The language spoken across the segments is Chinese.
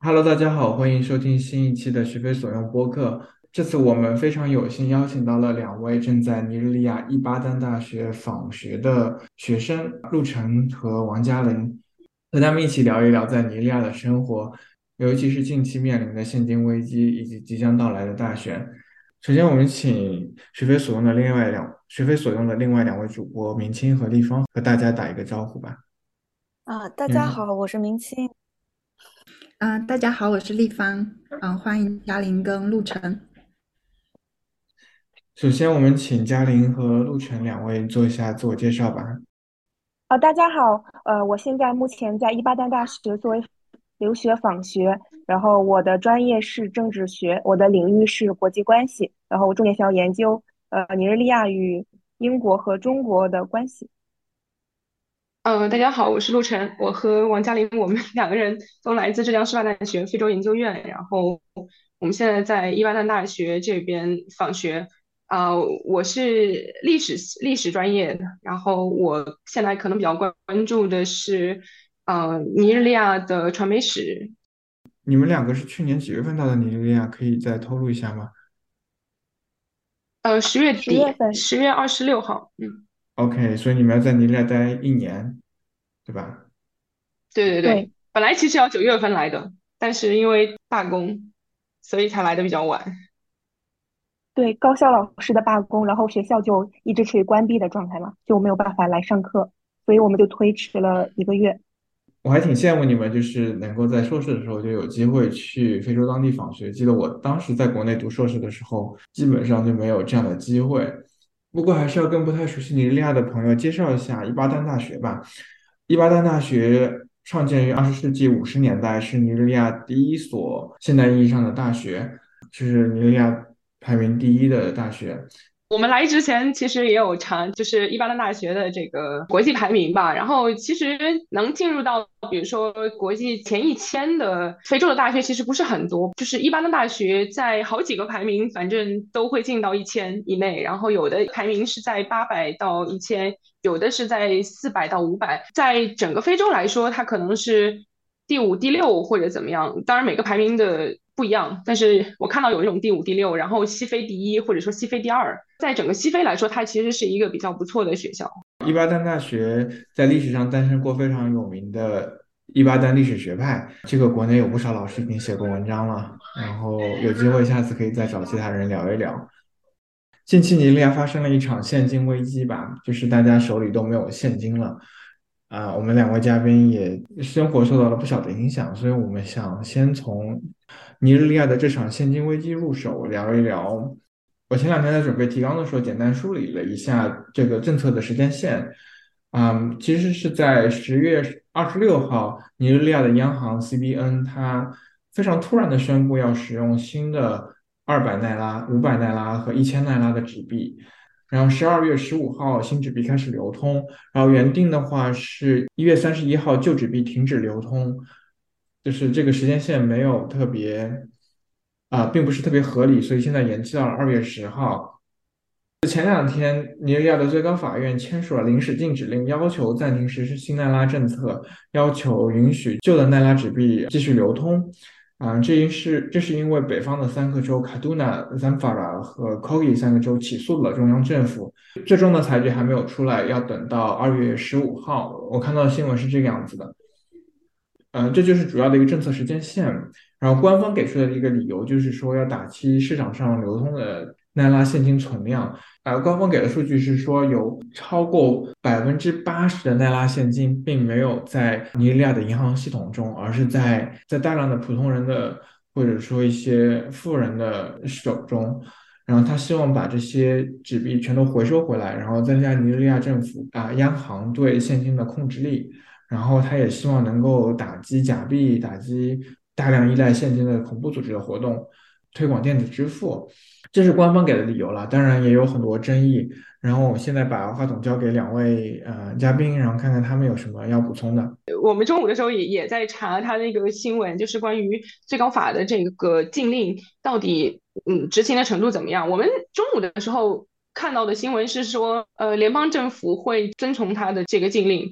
Hello，大家好，欢迎收听新一期的学非所用播客。这次我们非常有幸邀请到了两位正在尼日利亚伊巴丹大学访学的学生陆晨和王嘉玲，和他们一起聊一聊在尼日利亚的生活，尤其是近期面临的现金危机以及即将到来的大选。首先，我们请学非所用的另外两位主播明清和立方和大家打一个招呼吧。 大家嗯。 好，我是明清。 大家好，我是立方，欢迎嘉玲跟陆晨。 首先，我们请嘉玲和陆晨两位做一下自我介绍吧。 大家好，我现在目前在伊巴丹大学作为留学访学，然后我的专业是政治学，我的领域是国际关系，然后我重点想要研究尼日利亚与英国和中国的关系。 大家好，我是陆晨，我和王嘉玲，我们两个人都来自浙江师范大学非洲研究院，然后我们现在在伊巴丹大学这边访学。我是历史专业的，然后我现在可能比较关注的是尼日利亚的传媒史。 你们两个是去年几月份到的尼日利亚？可以再透露一下吗十月十月底， 份， 10月26号。 ？OK，所以你们要在尼日利亚待一年，对吧？ 对对对对，本来其实要9月份来的，但是因为罢工，所以才来的比较晚。 对，高校老师的罢工，然后学校就一直处于关闭的状态嘛，就没有办法来上课，所以我们就推迟了1个月。 我还挺羡慕你们，就是能够在硕士的时候就有机会去非洲当地访学。记得我当时在国内读硕士的时候，基本上就没有这样的机会。不过还是要跟不太熟悉尼日利亚的朋友介绍一下伊巴丹大学吧。伊巴丹大学创建于20世纪50年代，是尼日利亚第一所现代意义上的大学，是尼日利亚排名第一的大学。 我们来之前其实也有查，就是伊巴丹大学的这个国际排名吧。然后其实能进入到，比如说国际前1000的非洲的大学，其实不是很多。就是伊巴丹大学在好几个排名，反正都会进到1000以内。然后有的排名是在800到1000，有的是在400到500。在整个非洲来说，它可能是第5、第6或者怎么样。当然每个排名的不一样，但是我看到有那种第5、第6，然后西非第一或者说西非第二。在整个西非来说，它其实是一个比较不错的学校。 伊巴丹大学在历史上诞生过非常有名的伊巴丹历史学派，这个国内有不少老师已经写过文章了，然后有机会下次可以再找其他人聊一聊。近期尼日利亚发生了一场现金危机吧，就是大家手里都没有现金了。我们两位嘉宾也生活受到了不小的影响，所以我们想先从尼日利亚的这场现金危机入手聊一聊。我前2天在准备提纲的时候，简单梳理了一下这个政策的时间线。其实是在10月26号，尼日利亚的央行 CBN 它非常突然的宣布要使用新的200奈拉、500奈拉和1000奈拉的纸币。然后12月15号新纸币开始流通，然后原定的话是1月31号旧纸币停止流通，就是这个时间线没有特别并不是特别合理，所以现在延期到了2月10号。前2天，尼日利亚的最高法院签署了临时禁止令，要求暂停实施新奈拉政策，要求允许旧的奈拉纸币继续流通。这是因为北方的3个州卡杜纳、Zamfara 和 Kogi 3个州起诉了中央政府，最终的裁决还没有出来，要等到2月15号。我看到的新闻是这个样子的。这就是主要的一个政策时间线。然后官方给出的一个理由就是说要打击市场上流通的奈拉现金存量。官方给的数据是说有超过80%的奈拉现金并没有在尼日利亚的银行系统中，而是在大量的普通人的或者说一些富人的手中。然后他希望把这些纸币全都回收回来，然后增加尼日利亚政府央行对现金的控制力。然后他也希望能够打击假币，打击大量依赖现金的恐怖组织的活动，推广电子支付，这是官方给的理由了。当然也有很多争议。然后我现在把话筒交给两位嘉宾，然后看看他们有什么要补充的。 我们中午的时候也在查他那个新闻，就是关于最高法的这个禁令到底执行的程度怎么样。我们中午的时候看到的新闻是说，联邦政府会遵从他的这个禁令，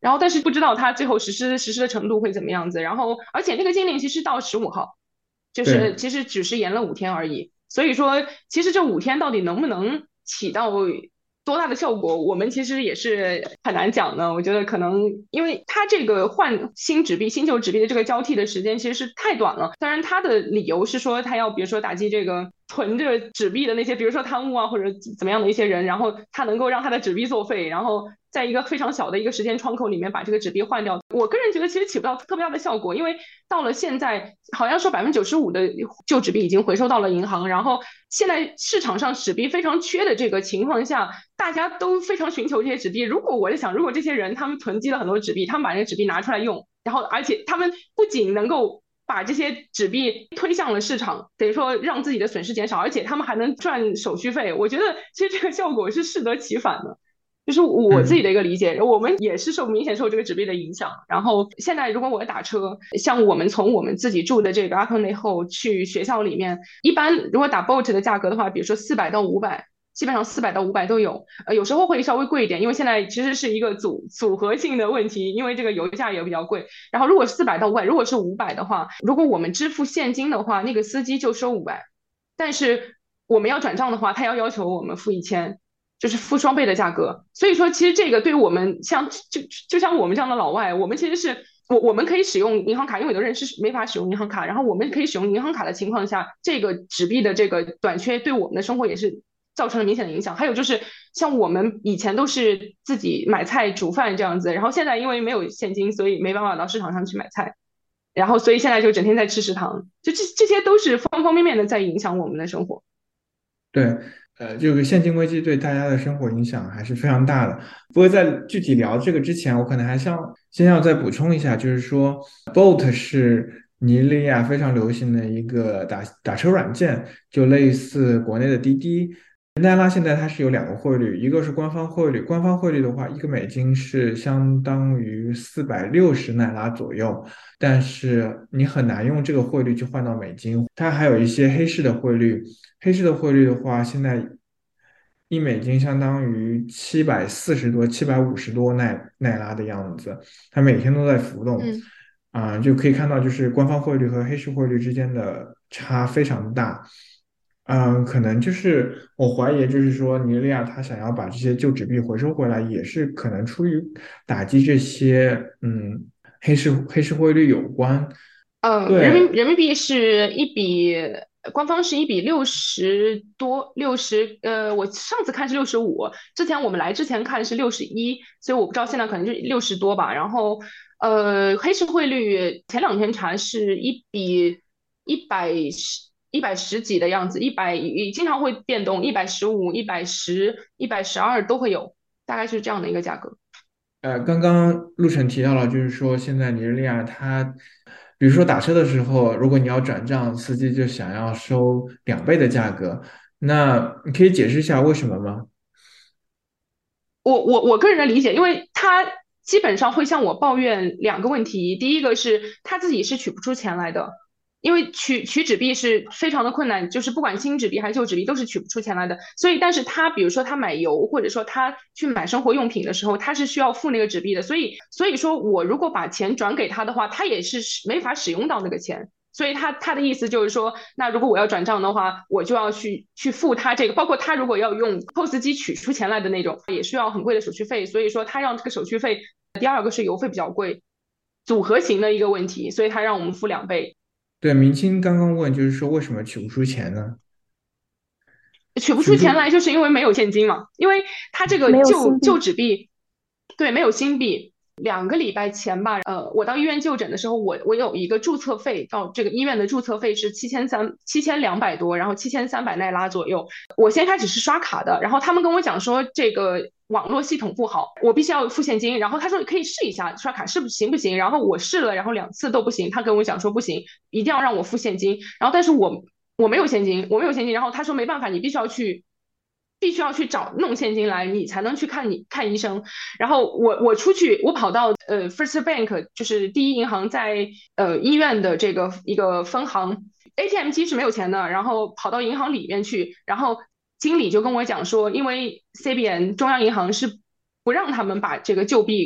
然后但是不知道它最后实施的程度会怎么样子。然后而且那个禁令其实到15号，就是对。 其实只是延了5天而已。所以说，其实这5天到底能不能起到多大的效果，我们其实也是很难讲的。我觉得可能，因为它这个换新纸币、新旧纸币的这个交替的时间其实是太短了。当然，它的理由是说，它要比如说打击这个囤着纸币的那些，比如说贪污啊或者怎么样的一些人，然后它能够让它的纸币作废，然后在一个非常小的一个时间窗口里面把这个纸币换掉。我个人觉得其实起不到特别大的效果，因为到了现在，好像说95%的旧纸币已经回收到了银行，然后现在市场上纸币非常缺的这个情况下，大家都非常寻求这些纸币。如果我在想，如果这些人他们囤积了很多纸币，他们把这个纸币拿出来用，然后而且他们不仅能够把这些纸币推向了市场，等于说让自己的损失减少，而且他们还能赚手续费，我觉得其实这个效果是适得其反的。就是我自己的一个理解，我们也是明显受这个纸币的影响。然后现在如果我打车，像我们从我们自己住的这个阿克内后去学校里面，一般如果打 Bolt 的价格的话，比如说400到500，基本上400到500都有。有时候会稍微贵一点，因为现在其实是一个组合性的问题，因为这个油价也比较贵。然后如果是400到500，如果是500的话，如果我们支付现金的话，那个司机就收500，但是我们要转账的话，他要求我们付1000。就是付双倍的价格。所以说，其实这个对于我们就像我们这样的老外，我们其实是我们可以使用银行卡，因为有的人是没法使用银行卡，然后我们可以使用银行卡的情况下，这个纸币的这个短缺对我们的生活也是造成了明显的影响。还有就是像我们以前都是自己买菜煮饭这样子，然后现在因为没有现金，所以没办法到市场上去买菜，然后所以现在就整天在吃食堂，就这些都是方方面面的在影响我们的生活。 对，这个现金危机对大家的生活影响还是非常大的。不过在具体聊这个之前，我可能还先要再补充一下，就是说，Bolt 是尼日利亚非常流行的一个打车软件，就类似国内的滴滴。奈拉现在它是有两个汇率，一个是官方汇率，官方汇率的话，一个美金是相当于460奈拉左右，但是你很难用这个汇率去换到美金。它还有一些黑市的汇率，黑市的汇率的话，现在1美金相当于740多、750多奈拉的样子，它每天都在浮动。 嗯。 就可以看到，就是官方汇率和黑市汇率之间的差非常大。可能就是我怀疑，就是说尼日利亚他想要把这些旧纸币回收回来，也是可能出于打击这些黑市汇率有关。对。 人民币是官方是1比60多，我上次看是65，之前我们来之前看是61，所以我不知道现在可能就60多吧。然后黑市汇率前2天查是1比110几的样子，经常会变动，115、110、112都会有，大概是这样的一个价格。 刚刚陆晨提到了，就是说现在尼日利亚它，比如说打车的时候，如果你要转账，司机就想要收2倍的价格，那你可以解释一下为什么吗？ 我个人的理解，因为他基本上会向我抱怨2个问题。第一个是他自己是取不出钱来的，因为取纸币是非常的困难，就是不管新纸币还是旧纸币都是取不出钱来的。所以，但是他比如说他买油，或者说他去买生活用品的时候，他是需要付那个纸币的。所以说我如果把钱转给他的话，他也是没法使用到那个钱。所以他的意思就是说，那如果我要转账的话，我就要去付他这个，包括他如果要用 POS 机取出钱来的那种，也需要很贵的手续费。所以说他让这个手续费，第二个是邮费比较贵，组合型的一个问题，所以他让我们付2倍。 对，明清刚刚问，就是说为什么取不出钱呢？ 取不取不出。 出钱来，就是因为没有现金嘛，因为他这个没有旧新币。 纸币，对，没有新币。2个礼拜前吧，我到医院就诊的时候，我有一个注册费，到这个医院的注册费是7200多，然后7300奈拉左右。我先开始是刷卡的，然后他们跟我讲说这个网络系统不好，我必须要付现金。然后他说你可以试一下刷卡行不行？然后我试了，然后2次都不行，他跟我讲说不行，一定要让我付现金。然后但是我没有现金，然后他说没办法，你必须要去弄现金来，你才能去看医生。然后我出去，我跑到First Bank，就是第一银行在医院的这个一个分行，ATM 机是没有钱的，然后跑到银行里面去，然后经理就跟我讲说，因为 CBN 中央银行是不让他们把这个旧币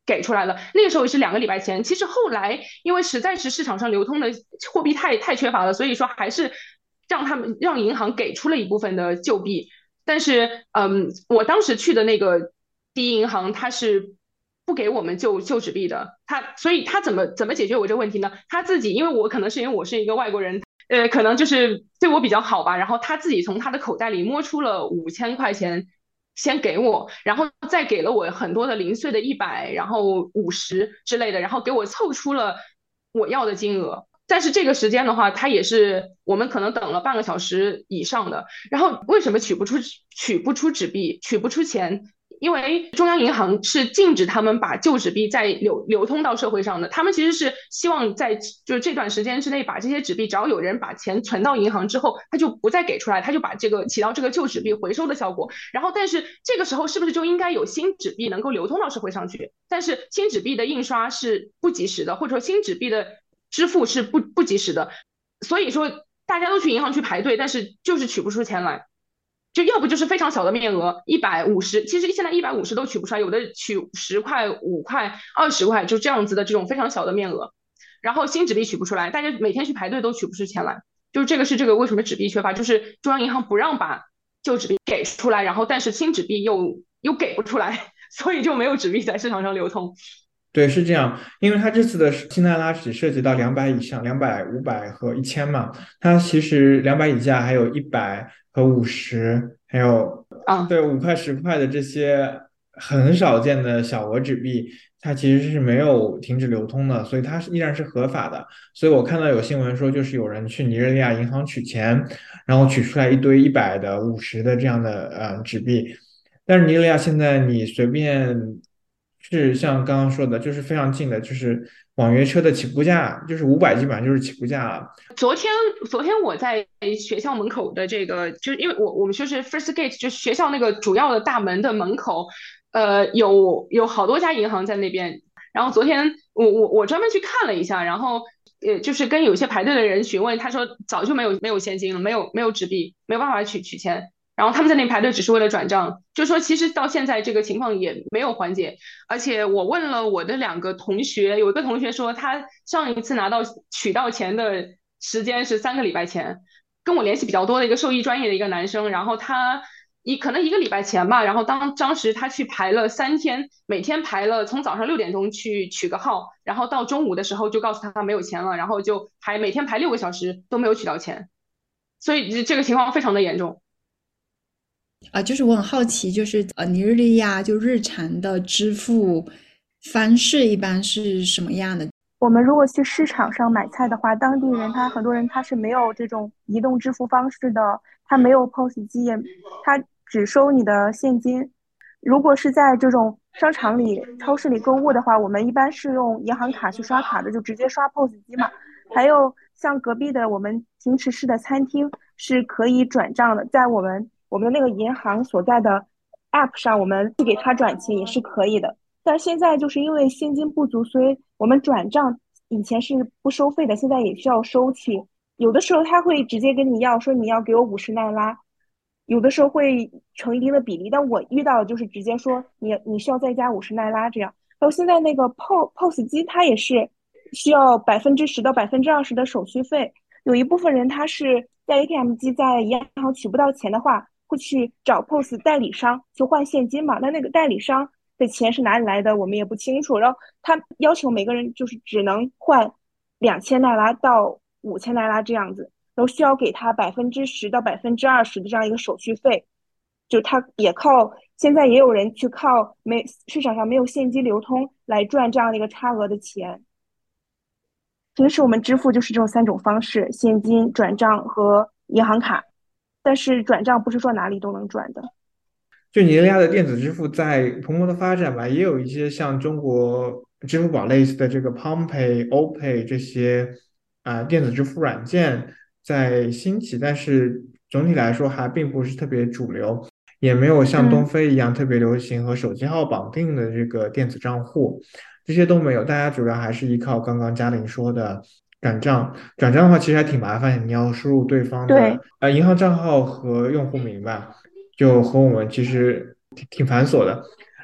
给出来了。那个时候也是2个礼拜前。其实后来因为实在是市场上流通的货币太缺乏了，所以说还是让银行给出了一部分的旧币。但是我当时去的那个第一银行，它是不给我们旧纸币的。所以他怎么解决我这个问题呢？他自己，因为我是一个外国人，可能就是对我比较好吧，然后他自己从他的口袋里摸出了5000块钱，先给我，然后再给了我很多的零碎的100，然后50之类的，然后给我凑出了我要的金额。但是这个时间的话，它也是我们可能等了半个小时以上的。然后为什么取不出纸币，取不出钱？因为中央银行是禁止他们把旧纸币再流通到社会上的，他们其实是希望在就是这段时间之内把这些纸币，只要有人把钱存到银行之后，他就不再给出来，他就把这个起到这个旧纸币回收的效果。然后，但是这个时候是不是就应该有新纸币能够流通到社会上去？但是新纸币的印刷是不及时的，或者说新纸币的支付是不及时的，所以说大家都去银行去排队，但是就是取不出钱来。就要不就是非常小的面额，150，其实现在150都取不出来，有的取10块、5块、20块，就这样子的这种非常小的面额。然后新纸币取不出来，大家每天去排队都取不出钱来，就是这个为什么纸币缺乏，就是中央银行不让把旧纸币给出来，然后但是新纸币又给不出来，所以就没有纸币在市场上流通。 对，是这样，因为它这次的新奈拉只涉及到200以上，200、500和1000嘛。它其实200以下还有100和50，还有对5块、10块的这些很少见的小额纸币，它其实是没有停止流通的，所以它依然是合法的。所以我看到有新闻说，就是有人去尼日利亚银行取钱，然后取出来一堆100的、50的这样的纸币。但是尼日利亚现在你随便是像刚刚说的，就是非常近的，就是网约车的起步价，就是500基本上就是起步价了。 昨天我在学校门口的这个，就是因为我们说是 First Gate，就是学校那个主要的大门的门口，有好多家银行在那边。然后昨天我专门去看了一下，然后就是跟有些排队的人询问，他说早就没有现金了，没有纸币，没有办法取钱。然后他们在那排队只是为了转账，就说其实到现在这个情况也没有缓解。而且我问了我的2个同学，有一个同学说他上一次取到钱的时间是3个礼拜前，跟我联系比较多的一个兽医专业的一个男生，然后他可能1个礼拜前吧，然后当时他去排了3天，每天排了从早上6点钟去取个号，然后到中午的时候就告诉他没有钱了，然后就每天排6个小时都没有取到钱，所以这个情况非常的严重。 就是我很好奇，就是尼日利亚就日常的支付方式一般是什么样的？ 我们如果去市场上买菜的话，当地人很多人他是没有这种移动支付方式的，他没有 POS 机，他只收你的现金。如果是在这种商场里、超市里购物的话，我们一般是用银行卡去刷卡的，就直接刷 POS 机嘛。还有像隔壁的我们平池市的餐厅是可以转账的，在我们的那个银行所在的 App 上，我们去给他转钱也是可以的。但现在就是因为现金不足，所以我们转账以前是不收费的，现在也需要收取。有的时候他会直接跟你要说你要给我50奈拉，有的时候会成一定的比例，但我遇到的就是直接说你需要再加50奈拉这样。还有现在那个 POS 机它也是需要10%到20%的手续费。有一部分人他是在 ATM 机在银行取不到钱的话，会去找 POS 代理商去换现金嘛？那个代理商的钱是哪里来的，我们也不清楚。然后他要求每个人就是只能换2000奈拉到5000奈拉这样子，然后需要给他10%到20%的这样一个手续费。就他也现在也有人去靠市场上没有现金流通来赚这样的一个差额的钱。平时我们支付就是这种3种方式：现金、转账和银行卡。但是转账不是说哪里都能转的。 就尼日利亚的电子支付在蓬勃的发展吧，也有一些像中国支付宝类似的这个 PalmPay、OPay 这些电子支付软件在兴起，但是总体来说还并不是特别主流，也没有像东非一样特别流行和手机号绑定的这个电子账户，这些都没有，大家主要还是依靠刚刚嘉玲说的转账。转账的话其实还挺麻烦，你要输入对方的银行账号和用户名吧，就和我们其实挺繁琐的。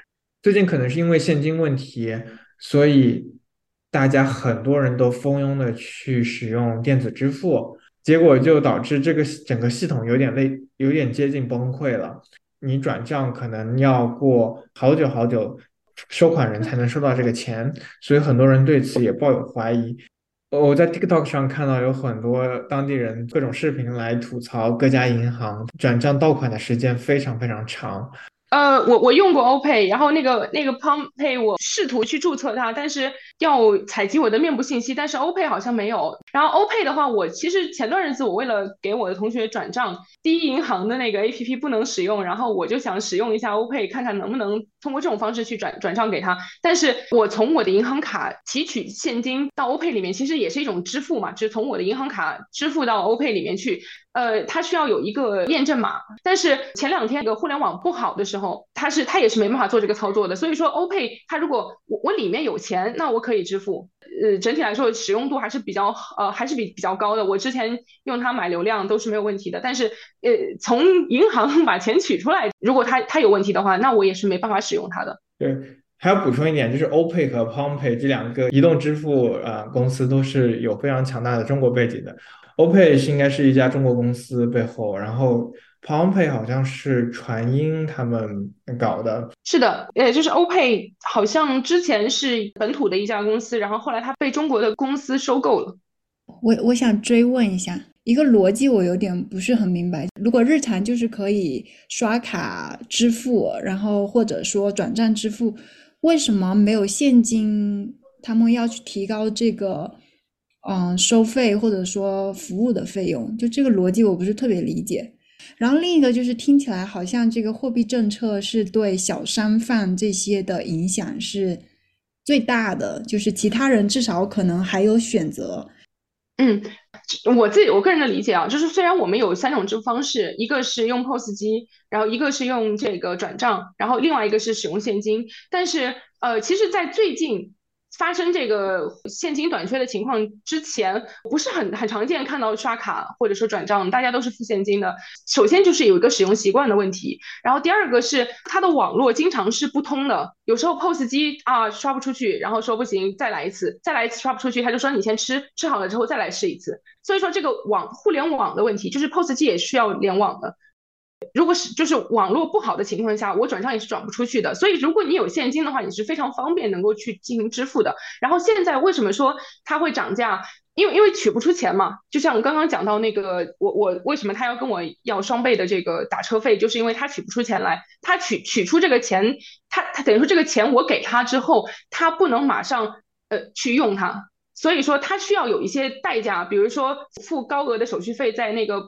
最近可能是因为现金问题，所以大家很多人都蜂拥的去使用电子支付，结果就导致这个整个系统有点接近崩溃了。你转账可能要过好久好久，收款人才能收到这个钱，所以很多人对此也抱有怀疑。我在 TikTok 上看到有很多当地人各种视频来吐槽各家银行转账到款的时间非常非常长。 我用过 OPay，然后那个 PalmPay 我试图去注册它，但是要采集我的面部信息，但是 OPay 好像没有。然后 OPay 的话，我其实前段日子我为了给我的同学转账，第一银行的那个 APP 不能使用，然后我就想使用一下 OPay，看看能不能通过这种方式去转账给他。但是我从我的银行卡提取现金到 OPay 里面，其实也是一种支付嘛，就是从我的银行卡支付到 OPay 里面去。它需要有一个验证码，但是前两天那个互联网不好的时候，它也是没办法做这个操作的。所以说，OPay 它如果我里面有钱，那我可以支付。整体来说使用度还是比较高的。我之前用它买流量都是没有问题的。但是从银行把钱取出来，如果它有问题的话，那我也是没办法使用它的。 对，还要补充一点，就是 OPay 和 PalmPay 这两个移动支付公司都是有非常强大的中国背景的。OPay 应该是一家中国公司背后，然后 PalmPay 好像是传音他们搞的。 是的，就是 OPay 好像之前是本土的一家公司，然后后来它被中国的公司收购了。 我想追问一下一个逻辑，我有点不是很明白。如果日常就是可以刷卡支付，然后或者说转账支付，为什么没有现金？他们要去提高这个收费或者说服务的费用，就这个逻辑我不是特别理解。然后另一个就是听起来好像这个货币政策是对小商贩这些的影响是最大的，就是其他人至少可能还有选择。 我个人的理解啊，就是虽然我们有三种支付方式，一个是用 POS 机，然后一个是用这个转账，然后另外一个是使用现金。但是其实，在最近发生这个现金短缺的情况之前，不是很常见看到刷卡或者说转账，大家都是付现金的。首先就是有一个使用习惯的问题，然后第二个是它的网络经常是不通的，有时候 POS 机刷不出去，然后说不行，再来一次刷不出去，他就说你先吃好了之后再来试一次。所以说这个互联网的问题，就是 POS 机也需要联网的。如果是就是网络不好的情况下，我转账也是转不出去的。所以如果你有现金的话，你是非常方便能够去进行支付的。然后现在为什么说它会涨价？因为取不出钱嘛，就像我刚刚讲到那个，我为什么他要跟我要双倍的这个打车费，就是因为他取不出钱来，他取出这个钱，他等于说这个钱我给他之后，他不能马上去用它，所以说他需要有一些代价，比如说付高额的手续费，在那个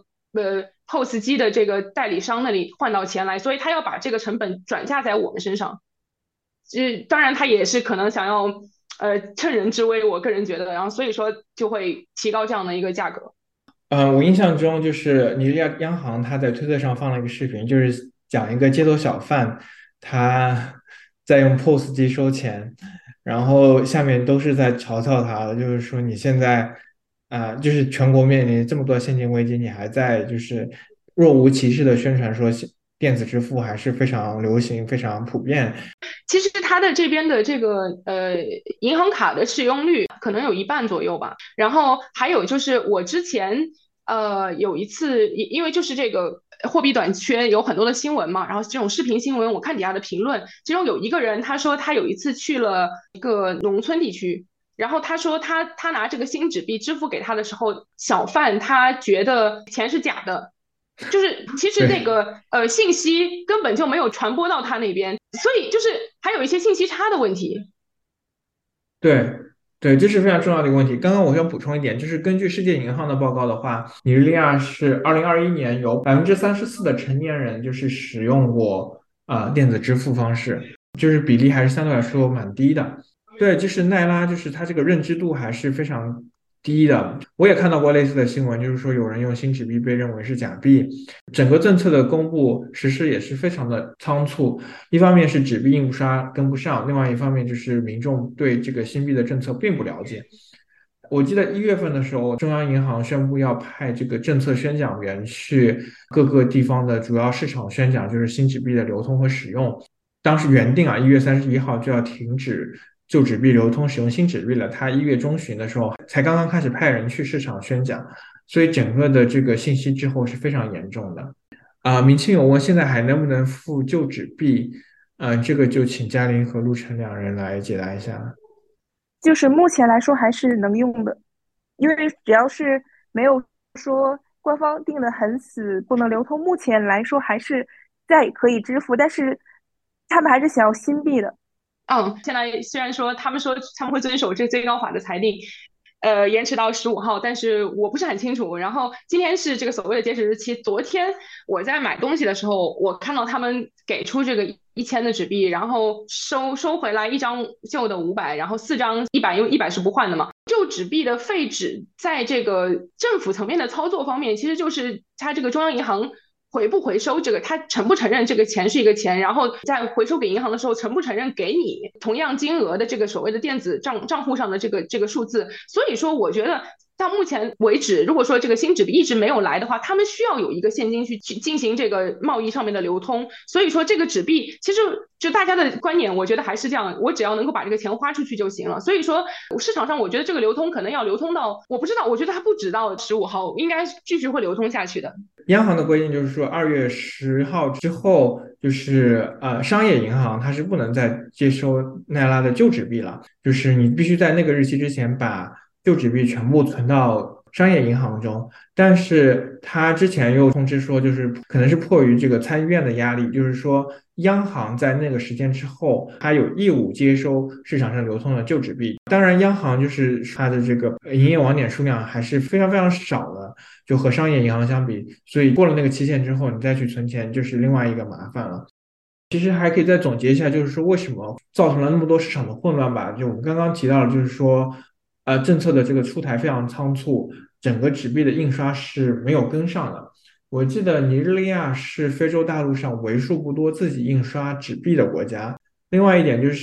POS 机的这个代理商那里换到钱来，所以他要把这个成本转嫁在我们身上。当然他也是可能想要趁人之危，我个人觉得，然后所以说就会提高这样的一个价格。 我印象中就是尼日利亚央行他在推特上放了一个视频，就是讲一个街头小贩他在用 POS 机收钱，然后下面都是在嘲笑他的，就是说你现在就是全国面临这么多现金危机，你还在就是若无其事的宣传说电子支付还是非常流行、非常普遍。 其实它的这边的这个银行卡的使用率可能有一半左右吧。然后还有就是我之前有一次，因为就是这个货币短缺有很多的新闻嘛，然后这种视频新闻我看底下的评论，其中有一个人他说他有一次去了一个农村地区。然后他说他拿这个新纸币支付给他的时候，小贩他觉得钱是假的，就是其实那个信息根本就没有传播到他那边，所以就是还有一些信息差的问题。 对对，这是非常重要的一个问题。刚刚我想补充一点，就是根据世界银行的报告的话，尼日利亚是2021年有34%的成年人就是使用过电子支付方式，就是比例还是相对来说蛮低的。对，就是奈拉，就是它这个认知度还是非常低的。我也看到过类似的新闻，就是说有人用新纸币被认为是假币。整个政策的公布实施也是非常的仓促，一方面是纸币印刷跟不上，另外一方面就是民众对这个新币的政策并不了解。我记得1月份的时候，中央银行宣布要派这个政策宣讲员去各个地方的主要市场宣讲，就是新纸币的流通和使用。 当时原定啊1月31号就要停止旧纸币流通，使用新纸币了。他1月中旬的时候才刚刚开始派人去市场宣讲，所以整个的这个信息滞后是非常严重的。明清有问现在还能不能付旧纸币？这个就请嘉玲和陆晨两人来解答一下。 就是目前来说还是能用的，因为只要是没有说官方定的很死不能流通，目前来说还是在可以支付，但是他们还是想要新币的。 现在虽然说他们说他们会遵守这个最高法的裁定，延迟到15号，但是我不是很清楚。然后今天是这个所谓的截止日期，昨天我在买东西的时候，我看到他们给出这个1000的纸币，然后收回来一张旧的500，然后4张100，因为100是不换的嘛。旧纸币的废纸在这个政府层面的操作方面，其实就是它这个中央银行回不回收这个，他承不承认这个钱是一个钱，然后在回收给银行的时候，承不承认给你同样金额的这个所谓的电子账户上的这个数字。所以说，我觉得到目前为止，如果说这个新纸币一直没有来的话，他们需要有一个现金去进行这个贸易上面的流通。所以说，这个纸币其实就大家的观点，我觉得还是这样，我只要能够把这个钱花出去就行了。所以说，市场上我觉得这个流通可能要流通到，我不知道，我觉得它不止到15号，应该继续会流通下去的。 央行的规定就是说2月10号之后，就是商业银行它是不能再接收奈拉的旧纸币了，就是你必须在那个日期之前把旧纸币全部存到商业银行中。但是他之前又通知说，就是可能是迫于这个参议院的压力，就是说央行在那个时间之后，它有义务接收市场上流通的旧纸币。当然，央行就是它的这个营业网点数量还是非常非常少的，就和商业银行相比，所以过了那个期限之后，你再去存钱就是另外一个麻烦了。其实还可以再总结一下，就是说为什么造成了那么多市场的混乱吧？就我们刚刚提到了，就是说，政策的这个出台非常仓促，整个纸币的印刷是没有跟上的。我记得尼日利亚是非洲大陆上为数不多自己印刷纸币的国家。另外一点就是，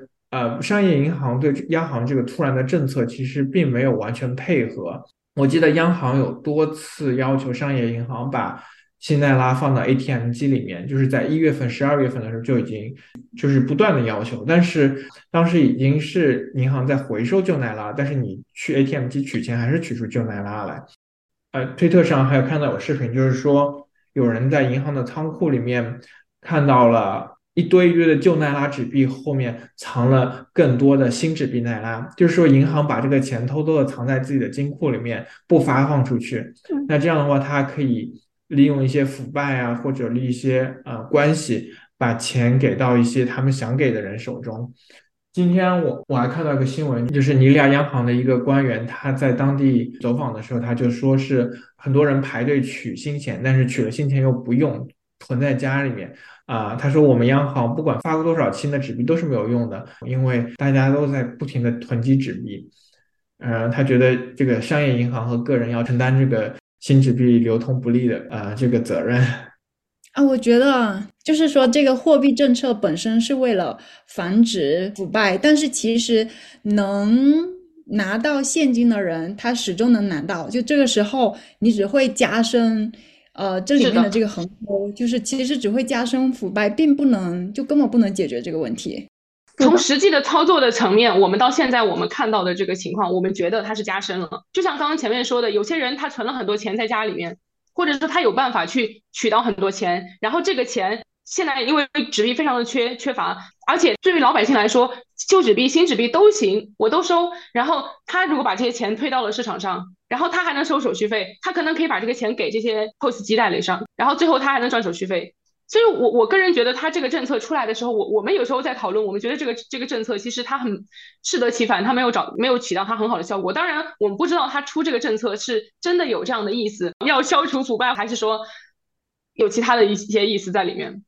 商业银行对央行这个突然的政策其实并没有完全配合。我记得央行有多次要求商业银行把新奈拉放到 ATM 机里面，就是在1月份、12月份的时候就已经就是不断的要求，但是当时已经是银行在回收旧奈拉，但是你去 ATM 机取钱还是取出旧奈拉来。推特上还有看到有视频，就是说有人在银行的仓库里面看到了一堆一堆的旧奈拉纸币，后面藏了更多的新纸币奈拉，就是说银行把这个钱偷偷的藏在自己的金库里面，不发放出去。那这样的话，它可以利用一些腐败啊，或者一些关系，把钱给到一些他们想给的人手中。今天我还看到一个新闻，就是尼日利亚央行的一个官员，他在当地走访的时候，他就说是很多人排队取新钱，但是取了新钱又不用，囤在家里面。他说我们央行不管发过多少新的纸币都是没有用的，因为大家都在不停的囤积纸币。他觉得这个商业银行和个人要承担这个新纸币流通不利的这个责任。 我觉得就是说，这个货币政策本身是为了防止腐败，但是其实能拿到现金的人，他始终能拿到。就这个时候，你只会加深，这里面的这个横沟，就是其实只会加深腐败，并不能，就根本不能解决这个问题。 从实际的操作的层面，我们到现在我们看到的这个情况，我们觉得它是加深了。就像刚刚前面说的，有些人他存了很多钱在家里面。或者说他有办法去取到很多钱，然后这个钱现在因为纸币非常的缺乏，而且对于老百姓来说，旧纸币、新纸币都行，我都收。然后他如果把这些钱推到了市场上，然后他还能收手续费，他可能可以把这个钱给这些 POS 机代理商，然后最后他还能赚手续费。所以我个人觉得，他这个政策出来的时候，我们有时候在讨论，我们觉得这个政策其实它很适得其反，它没有起到它很好的效果。当然，我们不知道他出这个政策是真的有这样的意思，要消除腐败，还是说有其他的一些意思在里面。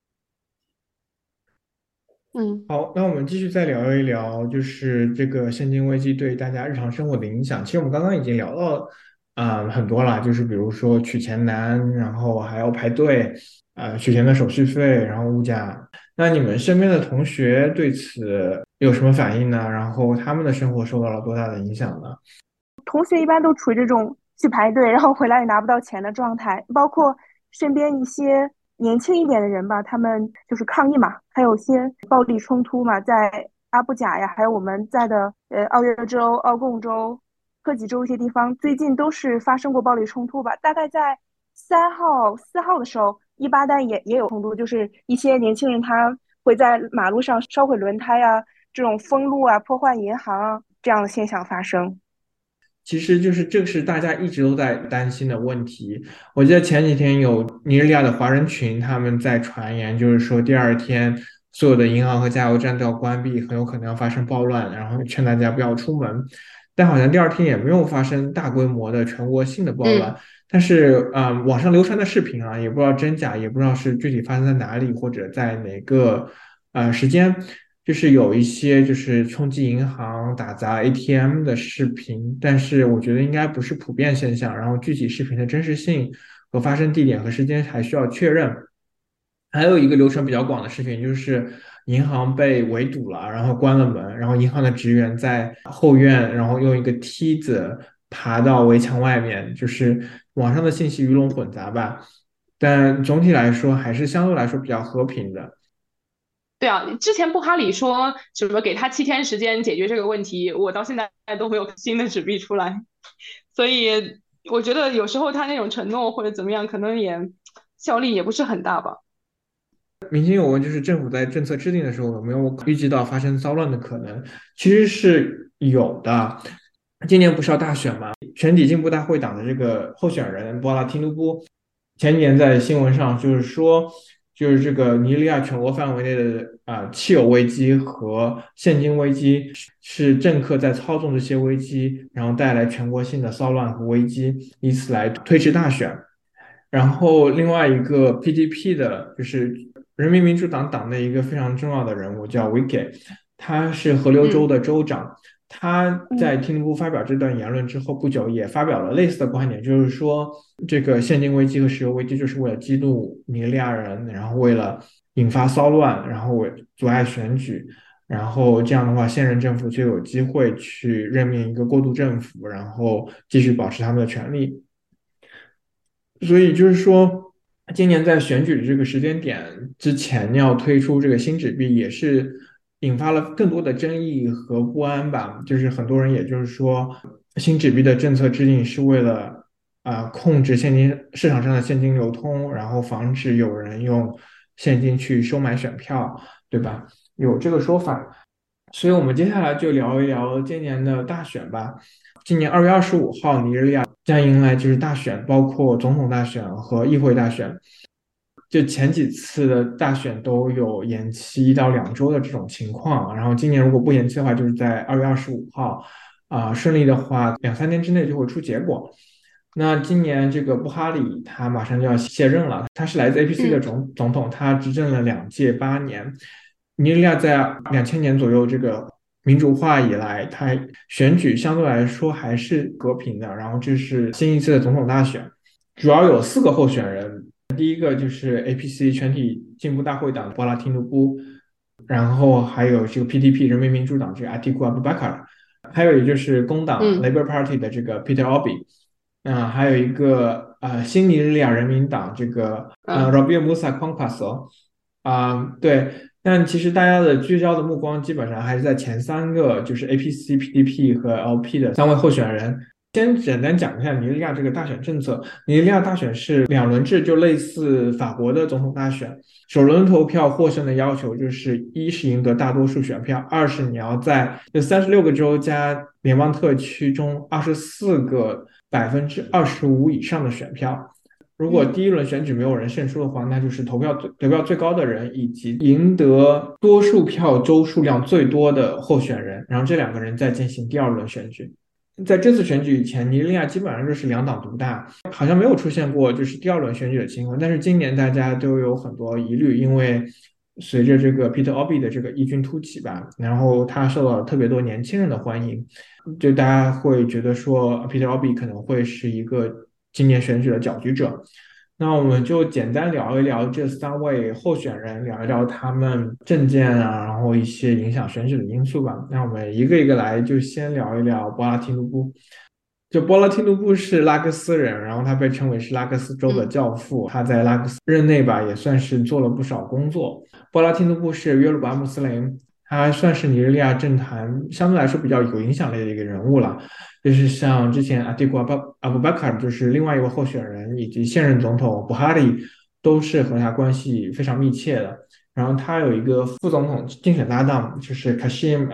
好，那我们继续再聊一聊，就是这个现金危机对大家日常生活的影响。其实我们刚刚已经聊到很多了，就是比如说取钱难，然后还要排队，取钱的手续费，然后物价。那你们身边的同学对此有什么反应呢？然后他们的生活受到了多大的影响呢？ 同学一般都处于这种去排队，然后回来也拿不到钱的状态，包括身边一些年轻一点的人吧，他们就是抗议嘛，还有些暴力冲突嘛，在阿布贾呀，还有我们在的奥约州、奥贡州、科吉州一些地方，最近都是发生过暴力冲突吧。大概在3号、4号的时候，伊巴丹也有冲突，就是一些年轻人他会在马路上烧毁轮胎啊，这种封路啊、破坏银行啊这样的现象发生。 其实就是这个是大家一直都在担心的问题。我记得前几天有尼日利亚的华人群，他们在传言，就是说第二天所有的银行和加油站都要关闭，很有可能要发生暴乱，然后劝大家不要出门。但好像第二天也没有发生大规模的全国性的暴乱。 嗯但是，网上流传的视频啊，也不知道真假，也不知道是具体发生在哪里或者在哪个时间。就是有一些就是冲击银行、打砸 ATM 的视频，但是我觉得应该不是普遍现象。然后具体视频的真实性和发生地点和时间还需要确认。还有一个流传比较广的视频，就是银行被围堵了，然后关了门，然后银行的职员在后院，然后用一个梯子爬到围墙外面，就是网上的信息鱼龙混杂吧。但总体来说，还是相对来说比较和平的。 对啊，之前布哈里说什么给他7天时间解决这个问题，我到现在都没有新的纸币出来，所以我觉得有时候他那种承诺或者怎么样，可能也效力也不是很大吧。 民间有问，就是政府在政策制定的时候有没有预计到发生骚乱的可能？其实是有的。今年不是要大选吗？全体进步大会党的这个候选人波拉蒂努布，前几年在新闻上就是说，就是这个尼日利亚全国范围内的汽油危机和现金危机是政客在操纵这些危机，然后带来全国性的骚乱和危机，以此来推迟大选。然后另外一个 PDP 的，就是人民民主党党内一个非常重要的人物叫 Wike，他是河流州嗯的州长。他在嗯听尼布发表这段言论之后不久，也发表了类似的观点，就是说这个现金危机和石油危机就是为了激怒尼日利亚人，然后为了引发骚乱，然后阻碍选举，然后这样的话，现任政府就有机会去任命一个过渡政府，然后继续保持他们的权利。所以就是说，今年在选举的这个时间点之前要推出这个新纸币，也是引发了更多的争议和不安吧。就是很多人也就是说，新纸币的政策制定是为了控制现金市场上的现金流通，然后防止有人用现金去收买选票，对吧？有这个说法。所以我们接下来就聊一聊今年的大选吧。今年2月25号，尼日利亚将迎来就是大选，包括总统大选和议会大选。就前几次的大选都有延期1到2周的这种情况，然后今年如果不延期的话，就是在2月25号，顺利的话2、3天之内就会出结果。那今年这个布哈里他马上就要卸任了，他是来自 APC 的嗯总统，他执政了2届8年。尼日利亚在2000年左右这个民主化以来，它选举相对来说还是和平的。然后这是新一次的总统大选，主要有4个候选人。第一个就是 APC 全体进步大会党的波拉蒂努布，然后还有这个 PDP 人民民主党这个阿蒂库阿布巴卡，还有也就是工党嗯 Labour Party 的这个 Peter Obi，还有一个新尼日利亚人民党这个嗯 Robiu Musa Kwankwaso，对。但其实大家的聚焦的目光基本上还是在前3个，就是 APC、PDP 和 LP 的3位候选人。先简单讲一下尼日利亚这个大选政策。尼日利亚大选是2轮制，就类似法国的总统大选。首轮投票获胜的要求就是一是赢得大多数选票，二是你要在36个州加联邦特区中24个25%以上的选票。如果第一轮选举没有人胜出的话，那就是得票最高的人以及赢得多数票州数量最多的候选人，然后这2个人再进行第2轮选举。在这次选举以前，尼日利亚基本上就是2党独大，好像没有出现过就是第2轮选举的情况。但是今年大家都有很多疑虑，因为随着这个 Peter Obi 的这个异军突起吧，然后他受到了特别多年轻人的欢迎，就大家会觉得说 Peter Obi 可能会是一个今年选举的搅局者。那我们就简单聊一聊这3位候选人，聊一聊他们政见啊，然后一些影响选举的因素吧。那我们一个一个来，就先聊一聊波拉提努布。 就波拉蒂努布是拉各斯人，然后他被称为是拉各斯州的教父，他在拉各斯任内吧也算是做了不少工作。波拉蒂努布是约鲁巴穆斯林，他算是尼日利亚政坛相对来说比较有影响力的一个人物了。就是像之前阿蒂古阿布巴卡尔，就是另外一位候选人，以及现任总统布哈里，都是和他关系非常密切的。然后他有一个副总统竞选搭档，就是 Kashim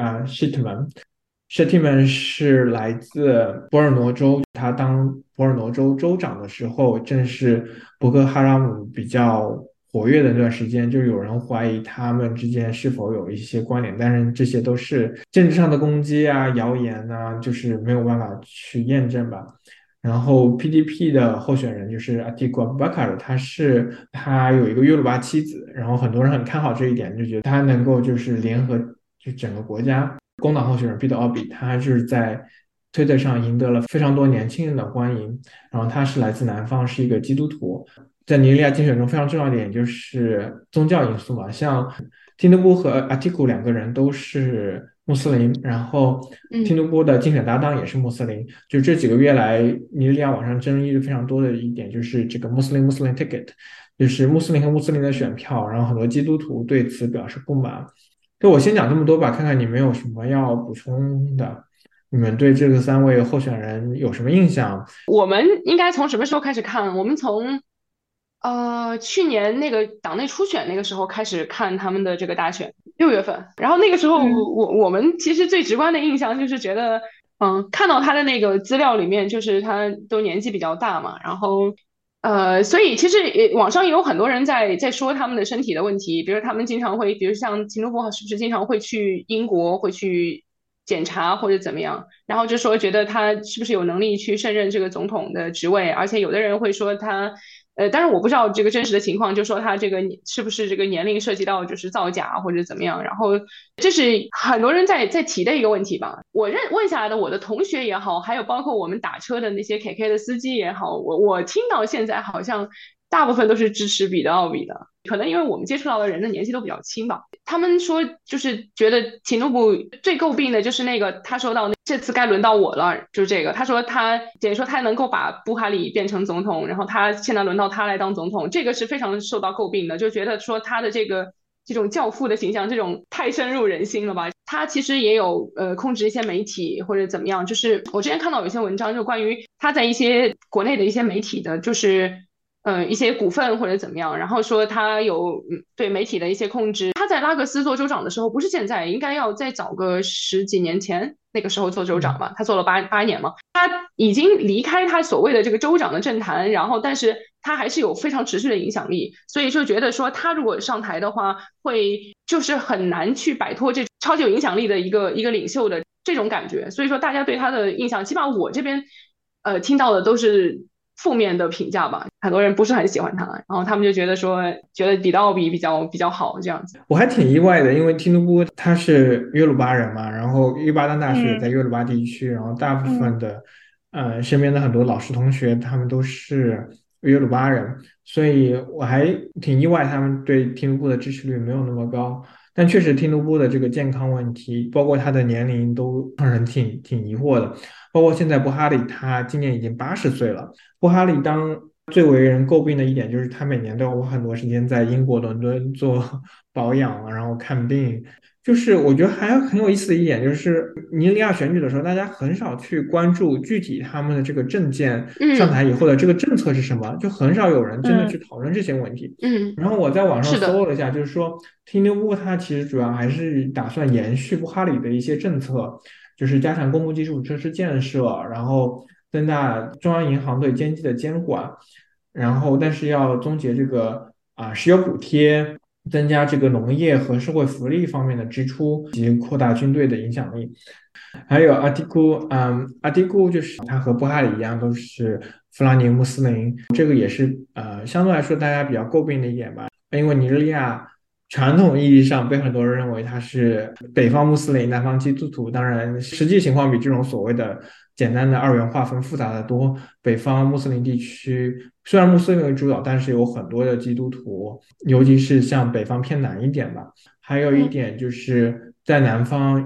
Shettiman 是来自博尔诺州，他当博尔诺州州长的时候，正是博克哈拉姆比较活跃的那段时间，就有人怀疑他们之间是否有一些关联，但是这些都是政治上的攻击啊、谣言啊，就是没有办法去验证吧。然后 PDP 的候选人就是阿蒂古阿布巴卡尔，他有一个约鲁巴妻子，然后很多人很看好这一点，就觉得他能够就是联合就整个国家。工党候选人彼得奥比，他就是在推特上赢得了非常多年轻人的欢迎。然后他是来自南方，是一个基督徒。在尼日利亚竞选中非常重要的一点就是宗教因素嘛，像蒂努布和阿蒂古两个人都是穆斯林，然后蒂努布的竞选搭档也是穆斯林。就这几个月来，尼日利亚网上争议非常多的一点就是这个穆斯林 ticket， 就是穆斯林和穆斯林的选票，然后很多基督徒对此表示不满。就我先讲这么多吧，看看你们有什么要补充的。你们对这个三位候选人有什么印象？ 我们应该从什么时候开始看？我们从去年那个党内初选那个时候开始看他们的这个大选，6月份。然后那个时候我们其实最直观的印象就是觉得，看到他的那个资料里面，就是他都年纪比较大嘛，然后所以其实网上也有很多人在说他们的身体的问题，比如他们经常会，比如像秦努波是不是经常会去英国会去检查或者怎么样，然后就说觉得他是不是有能力去胜任这个总统的职位，而且有的人会说他。当然我不知道这个真实的情况，就说他这个是不是这个年龄涉及到就是造假或者怎么样，然后这是很多人在提的一个问题吧。我问下来的我的同学也好，还有包括我们打车的那些 KK 的司机也好，我听到现在好像大部分都是支持彼得奥比的，可能因为我们接触到的人的年纪都比较轻吧。他们说就是觉得齐努布最诟病的就是那个他说到这次该轮到我了，就是这个他说他等于说他能够把布哈里变成总统，然后他现在轮到他来当总统，这个是非常受到诟病的，就觉得说他的这种教父的形象，这种太深入人心了吧。他其实也有控制一些媒体或者怎么样，就是我之前看到有一些文章就关于他在一些国内的一些媒体的就是一些股份或者怎么样，然后说他有对媒体的一些控制。他在拉各斯做州长的时候，不是现在，应该要再早个10几年前，那个时候做州长嘛，他做了八年嘛，他已经离开他所谓的这个州长的政坛，然后但是他还是有非常持续的影响力，所以就觉得说他如果上台的话，会就是很难去摆脱这超级有影响力的一个领袖的这种感觉，所以说大家对他的印象，起码我这边听到的都是负面的评价吧，很多人不是很喜欢他，然后他们就觉得彼得奥比比较好这样子。 我还挺意外的，因为蒂努布他是约鲁巴人嘛，然后约巴丹大学也在约鲁巴地区，然后大部分的身边的很多老师同学他们都是约鲁巴人，所以我还挺意外他们对蒂努布的支持率没有那么高。但确实，蒂努布的这个健康问题，包括他的年龄，都让人挺疑惑的。包括现在布哈里，他今年已经80岁了。布哈里最为人诟病的一点就是他每年都要花很多时间在英国伦敦做保养，然后看病。就是我觉得还有很有意思的一点，就是尼日利亚选举的时候，大家很少去关注具体他们的这个政见上台以后的这个政策是什么，就很少有人真的去讨论这些问题。然后我在网上搜了一下，就是说蒂努布他其实主要还是打算延续布哈里的一些政策，就是加强公共基础设施建设，然后增大中央银行对经济的监管，然后但是要终结这个石油补贴，增加这个农业和社会福利方面的支出，以及扩大军队的影响力。还有阿蒂库就是他和布哈里一样都是弗拉尼穆斯林，这个也是相对来说大家比较诟病的一点吧，因为尼日利亚传统意义上被很多人认为他是北方穆斯林，南方基督徒，当然实际情况比这种所谓的简单的二元划分复杂的多。北方穆斯林地区虽然穆斯林为主导，但是有很多的基督徒，尤其是像北方偏南一点吧。还有一点就是在南方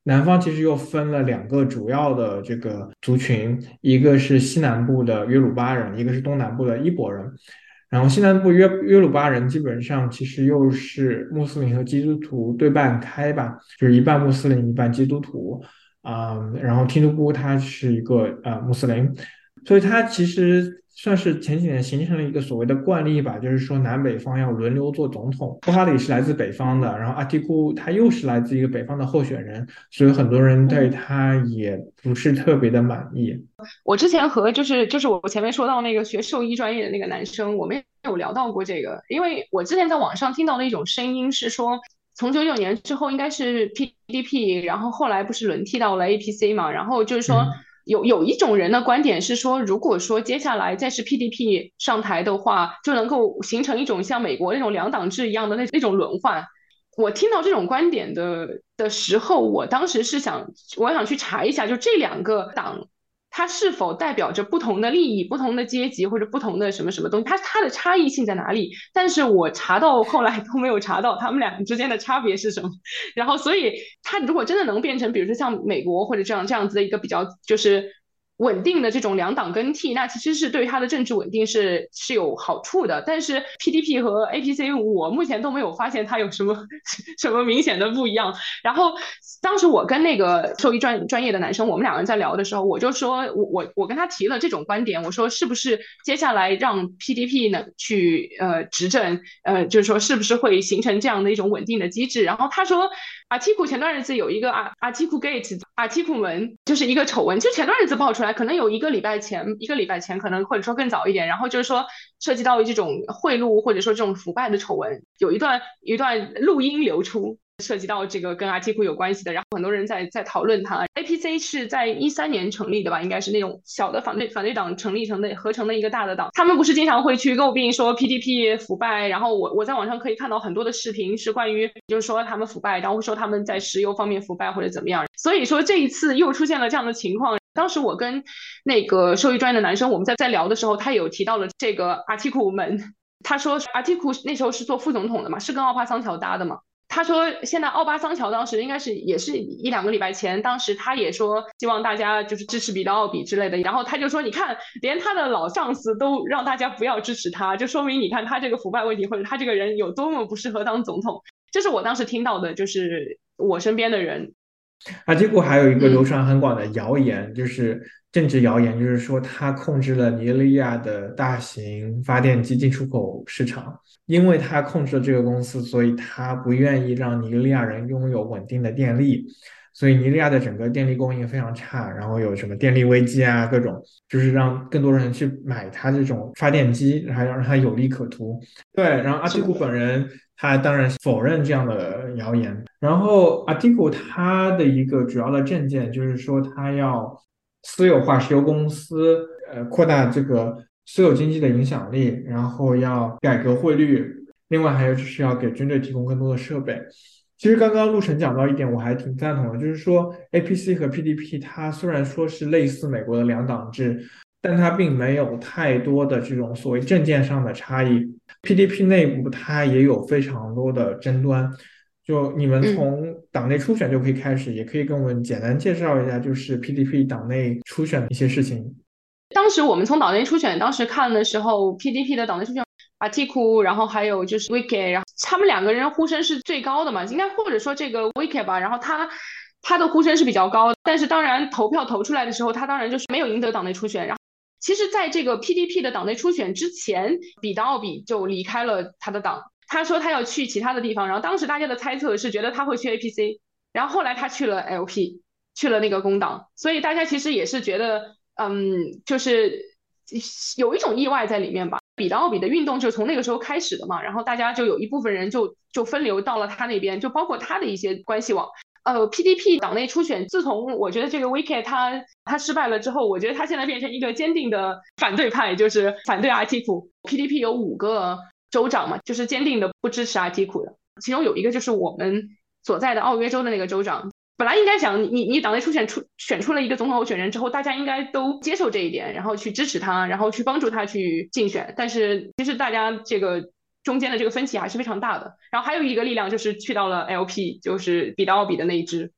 南方其实又分了两个主要的这个族群，一个是西南部的约鲁巴人，一个是东南部的伊博人。然后西南部约鲁巴人基本上其实又是穆斯林和基督徒对半开吧，就是一半穆斯林一半基督徒然后提督布他是一个穆斯林，所以他其实算是前几年形成了一个所谓的惯例吧，就是说南北方要轮流做总统。布哈里是来自北方的，然后阿提库他又是来自一个北方的候选人，所以很多人对他也不是特别的满意。 我之前和就是我前面说到那个学兽医专业的那个男生，我们有聊到过这个，因为我之前在网上听到的一种声音是说，从99年之后应该是 PDP，然后后来不是轮替到了 APC 嘛，然后就是说有一种人的观点是说，如果说接下来再是 PDP 上台的话，就能够形成一种像美国那种两党制一样的那种轮换。我听到这种观点的时候，我当时是我想去查一下，就这两个党它是否代表着不同的利益、不同的阶级或者不同的什么什么东西，它的差异性在哪里？但是我查到后来都没有查到他们俩之间的差别是什么。然后，所以它如果真的能变成，比如说像美国或者这样子的一个比较就是稳定的这种两党更替，那其实是对它的政治稳定是有好处的。但是 PDP 和 APC 我目前都没有发现它有什么什么明显的不一样。然后当时我跟那个兽医专业的男生，我们两个人在聊的时候，我就说我跟他提了这种观点，我说是不是接下来让 PDP 呢去执政，就是说是不是会形成这样的一种稳定的机制？然后他说阿提库前段日子有一个阿提库 gate 阿提库门，就是一个丑闻，就前段日子爆出来，可能有一个礼拜前可能或者说更早一点，然后就是说涉及到这种贿赂或者说这种腐败的丑闻，有一段录音流出。涉及到这个跟阿提库有关系的，然后很多人在讨论它。APC 是在13年成立的吧，应该是那种小的反对党成立合成的一个大的党。他们不是经常会去诟病说 PDP 腐败，然后我在网上可以看到很多的视频是关于就是说他们腐败，然后说他们在石油方面腐败或者怎么样。所以说这一次又出现了这样的情况。当时我跟那个兽医专业的男生我们在聊的时候，他有提到了这个阿提库门。他说阿提库那时候是做副总统的嘛，是跟奥巴桑乔搭的嘛。他说现在奥巴桑乔当时应该是也是1-2个礼拜前，当时他也说希望大家就是支持彼得奥比之类的，然后他就说你看连他的老上司都让大家不要支持他，就说明你看他这个腐败问题或者他这个人有多么不适合当总统。这是我当时听到的，就是我身边的人。 阿提库还有一个流传很广的谣言，就是政治谣言，就是说他控制了尼日利亚的大型发电机进出口市场，因为他控制了这个公司，所以他不愿意让尼日利亚人拥有稳定的电力，所以尼日利亚的整个电力供应非常差，然后有什么电力危机啊，各种就是让更多人去买他这种发电机，还要让他有利可图。对，然后阿提库本人他当然否认这样的谣言。然后阿提库他的一个主要的政见就是说他要私有化石油公司，扩大这个私有经济的影响力，然后要改革汇率，另外还有就是要给军队提供更多的设备。其实刚刚陆晨讲到一点，我还挺赞同的，就是说 APC 和 PDP 它虽然说是类似美国的两党制，但它并没有太多的这种所谓政见上的差异。PDP 内部它也有非常多的争端，就你们从党内初选就可以开始，也可以跟我们简单介绍一下，就是 PDP 党内初选的一些事情。 当时我们从党内初选当时看的时候 ，PDP 的党内初选，阿提库，然后还有就是 Wike， 然后他们两个人呼声是最高的嘛，应该或者说这个 Wike 吧，然后他的呼声是比较高的，但是当然投票投出来的时候，他当然就是没有赢得党内初选。然后其实在这个 PDP 的党内初选之前，彼得奥比就离开了他的党，他说他要去其他的地方，然后当时大家的猜测是觉得他会去 APC， 然后后来他去了 LP， 去了那个工党，所以大家其实也是觉得就是有一种意外在里面吧。彼得奥比的运动就从那个时候开始的嘛，然后大家就有一部分人就分流到了他那边，就包括他的一些关系网。PDP 党内初选，自从我觉得这个 Wike 他失败了之后，我觉得他现在变成一个坚定的反对派，就是反对阿提库。PDP 有5个州长嘛，就是坚定的不支持阿提库的，其中有一个就是我们所在的奥约州的那个州长。本来应该想你党内初选选出了一个总统候选人之后，大家应该都接受这一点，然后去支持他，然后去帮助他去竞选。但是其实大家这个中间的这个分歧还是非常大的。然后还有一个力量就是去到了 LP， 就是彼得奥比的那一支。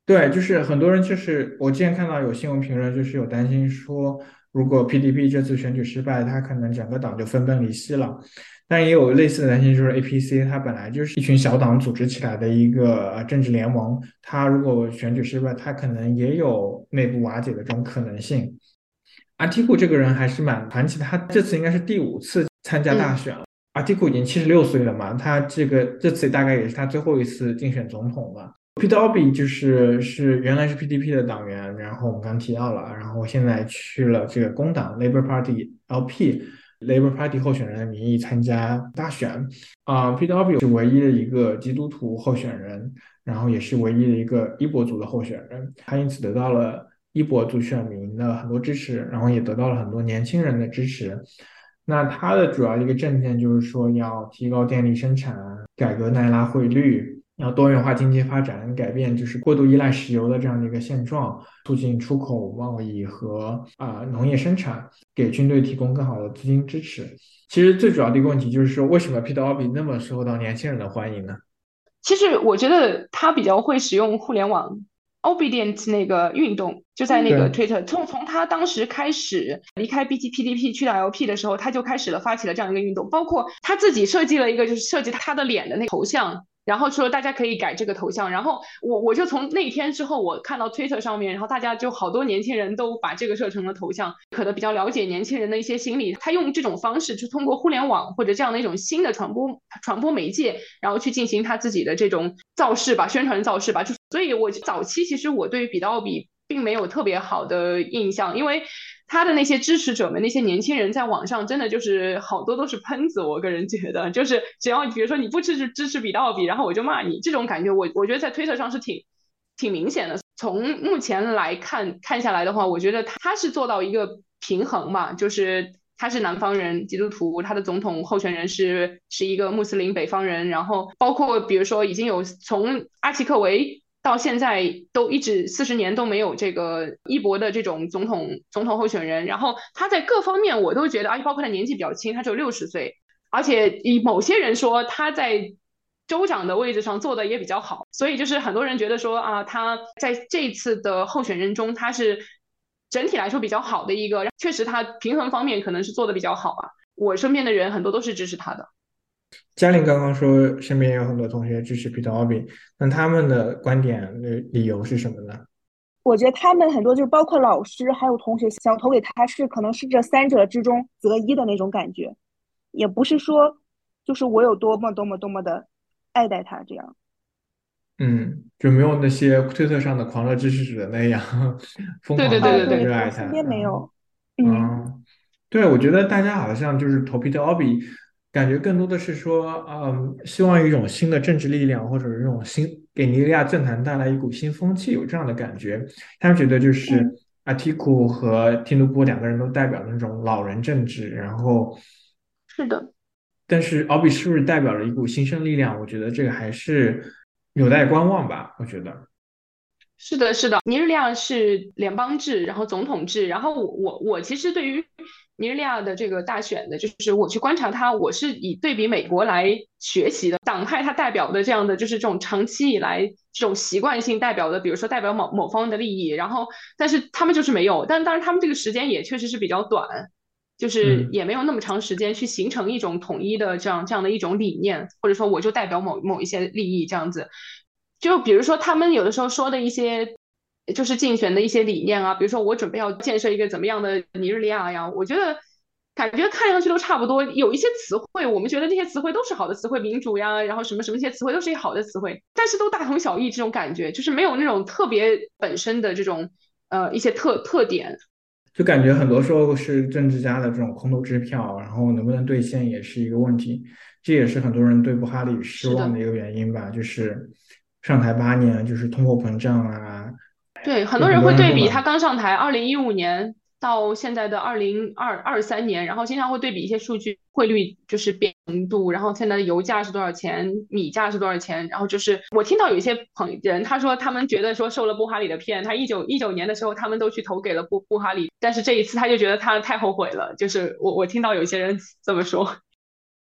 对，就是很多人就是我之前看到有新闻评论，就是有担心说，如果 PDP 这次选举失败，他可能整个党就分崩离析了。但也有类似的担心，就是 APC 它本来就是一群小党组织起来的一个政治联盟，它如果选举失败，它可能也有内部瓦解的这种可能性。阿提库这个人还是蛮传奇的，他这次应该是第5次参加大选了。阿提库已经76岁了嘛，他这次大概也是他最后一次竞选总统了。Peter Obi 是原来是 PDP 的党员，然后我们刚提到了，然后现在去了这个工党 Labour Party LP。Labour Party 候选人的名义参加大选Peter Obi 是唯一的一个基督徒候选人，然后也是唯一的一个伊博族的候选人，他因此得到了伊博族选民的很多支持，然后也得到了很多年轻人的支持。那他的主要一个政见就是说要提高电力生产，改革奈拉汇率，要多元化经济发展，改变就是过度依赖石油的这样的一个现状，促进出口贸易和农业生产，给军队提供更好的资金支持。其实最主要的一个问题就是说，为什么 Peter Obi 那么受到年轻人的欢迎呢？ 其实我觉得他比较会使用互联网 obedient 那个运动，就在那个对， Twitter，从他当时开始离开 PDP 去到 LP 的时候，他就开始了发起了这样一个运动，包括他自己设计了一个就是设计他的脸的那个头像。然后说大家可以改这个头像，然后我就从那天之后，我看到 Twitter 上面，然后大家就好多年轻人都把这个设成了头像，可能比较了解年轻人的一些心理，他用这种方式去通过互联网或者这样的一种新的传播媒介，然后去进行他自己的这种造势吧，宣传造势吧。所以我早期其实我对于比奥比并没有特别好的印象，因为他的那些支持者们，那些年轻人在网上真的就是好多都是喷子，我个人觉得，就是只要比如说你不支持比奥比，然后我就骂你，这种感觉我觉得在推特上是挺明显的。从目前来看下来的话，我觉得他是做到一个平衡嘛，就是他是南方人，基督徒，他的总统候选人是一个穆斯林北方人，然后包括比如说已经有从阿奇克维到现在都一直40年都没有这个伊博的这种总统候选人，然后他在各方面我都觉得，包括他年纪比较轻，他只有60岁，而且以某些人说他在州长的位置上做的也比较好，所以就是很多人觉得说他在这一次的候选人中，他是整体来说比较好的一个，确实他平衡方面可能是做的比较好啊。我身边的人很多都是支持他的。 嘉玲刚刚说身边也有很多同学支持 Peter Obi，那他们的观点理由是什么呢？ 我觉得他们很多就是包括老师还有同学想投给他是可能是这三者之中择一的那种感觉，也不是说就是我有多么多么多么的爱戴他这样。 就没有那些推特上的狂热支持者那样疯对对狂的对对对， 对， 热爱他。 我身边没有。 对，我觉得大家好像就是投 Peter Obi，感觉更多的是说，希望一种新的政治力量，或者是这种给尼日利亚政坛带来一股新风气，有这样的感觉。他们觉得就是嗯， 阿提库和蒂努布两个人都代表那种老人政治，然后， 是的。 但是奥比是不是代表了一股新生力量？我觉得这个还是有待观望吧。我觉得。 是的，是的，尼日利亚是联邦制，然后总统制，然后我其实对于尼日利亚的这个大选的，就是我去观察它，我是以对比美国来学习的。党派它代表的这样的就是这种长期以来这种习惯性代表的，比如说代表某方的利益，然后但是他们就是没有，但当然他们这个时间也确实是比较短，就是嗯。 也没有那么长时间去形成一种统一的这样的一种理念，或者说我就代表某一些利益这样子。就比如说他们有的时候说的一些，就是竞选的一些理念啊，比如说我准备要建设一个怎么样的尼日利亚呀，我觉得感觉看上去都差不多，有一些词汇我们觉得这些词汇都是好的词汇，民主呀，然后什么什么这些词汇都是一些好的词汇，但是都大同小异，这种感觉就是没有那种特别本身的这种一些特点。 就感觉很多时候是政治家的这种空头支票，然后能不能兑现也是一个问题。这也是很多人对布哈里失是的。 望的一个原因吧，就是上台8年，就是通货膨胀啊， 对，很就很多多人会人不满。 对比他刚上台2015年到现在的2023年，然后经常会对比一些数据，汇率就是变度，然后现在的油价是多少钱，米价是多少钱，然后就是我听到有一些人他说他们觉得说受了布哈里的骗，他19年的时候他们都去投给了布哈里，但是这一次他就觉得他太后悔了，就是我听到有些人这么说。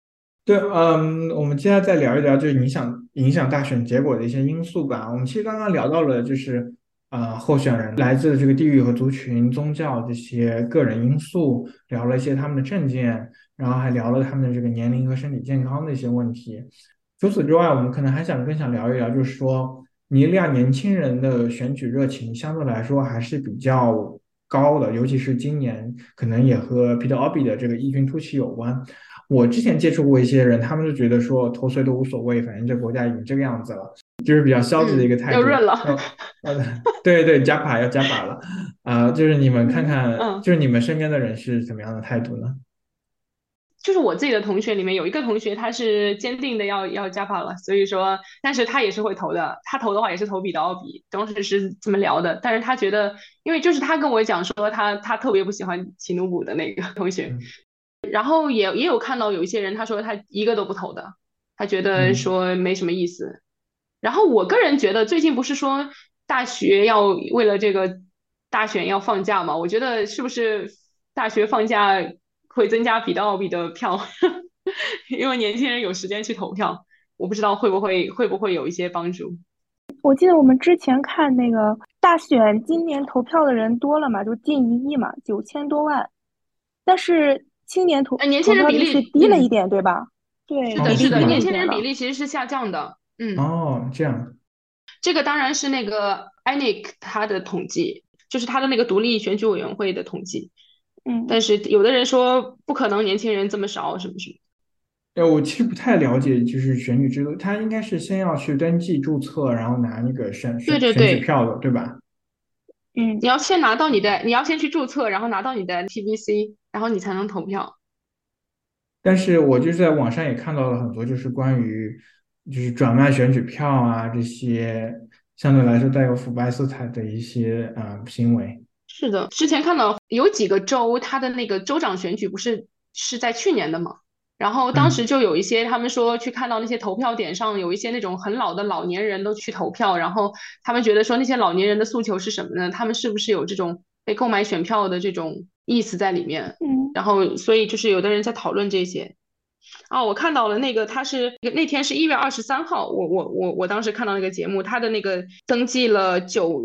对，我们接下来再聊一聊，就是影响大选结果的一些因素吧。我们其实刚刚聊到了，就是候选人来自这个地域和族群、宗教这些个人因素，聊了一些他们的政见，然后还聊了他们的这个年龄和身体健康的一些问题。除此之外，我们可能还更想聊一聊，就是说尼日利亚年轻人的选举热情相对来说还是比较高的，尤其是今年，可能也和 Peter Obi 的这个异军突起有关。我之前接触过一些人，他们就觉得说投谁都无所谓，反正这国家已经这个样子了，就是比较消极的一个态度。 要润了。 对对，要加把了，就是你们看看， 嗯， 就是你们身边的人是怎么样的态度呢？ 就是我自己的同学里面有一个同学，他是坚定的要加法了，所以说，但是他也是会投的，他投的话也是投比的奥比，当时是这么聊的，但是他觉得，因为就是他跟我讲说他特别不喜欢齐努卜的那个同学， 嗯然后也有看到有一些人他说他一个都不投的，他觉得嗯。 说没什么意思，然后我个人觉得最近不是说大学要为了这个大选要放假嘛，我觉得是不是大学放假会增加比的奥比的票，因为年轻人有时间去投票，我不知道会不会有一些帮助。 我记得我们之前看那个大选，今年投票的人多了嘛，就近1亿嘛，9000多万。但是青年年轻人投票率是比例， 低了一点，对吧？对， 是的， 哦， 比例低是的， 是吗？ 年轻人比了一点了。 例其实是下降的， 哦，这样。 这个当然是那个 INEC 它的统计，就是它的那个独立选举委员会的统计。 嗯。 但是有的人说不可能年轻人这么少，什么什么。 我其实不太了解，就是选举制度，他应该是先要去登记注册，然后拿那个对对选举对， 票的，对吧？ 嗯。 你要先去注册，然后拿到你的 TVC，然后你才能投票。 但是我就是在网上也看到了很多，就是关于就是转卖选举票啊这些相对来说带有腐败色彩的一些行为。 是的，之前看到有几个州，它的那个州长选举不是在去年的嘛？然后当时嗯。 就有一些他们说去看到那些投票点上有一些那种很老的老年人都去投票，然后他们觉得说那些老年人的诉求是什么呢？他们是不是有这种被购买选票的这种意思在里面？ 嗯。 然后所以就是有的人在讨论这些。啊，我看到了那个，他是那天是1月23号，我当时看到那个节目，他的那个登记了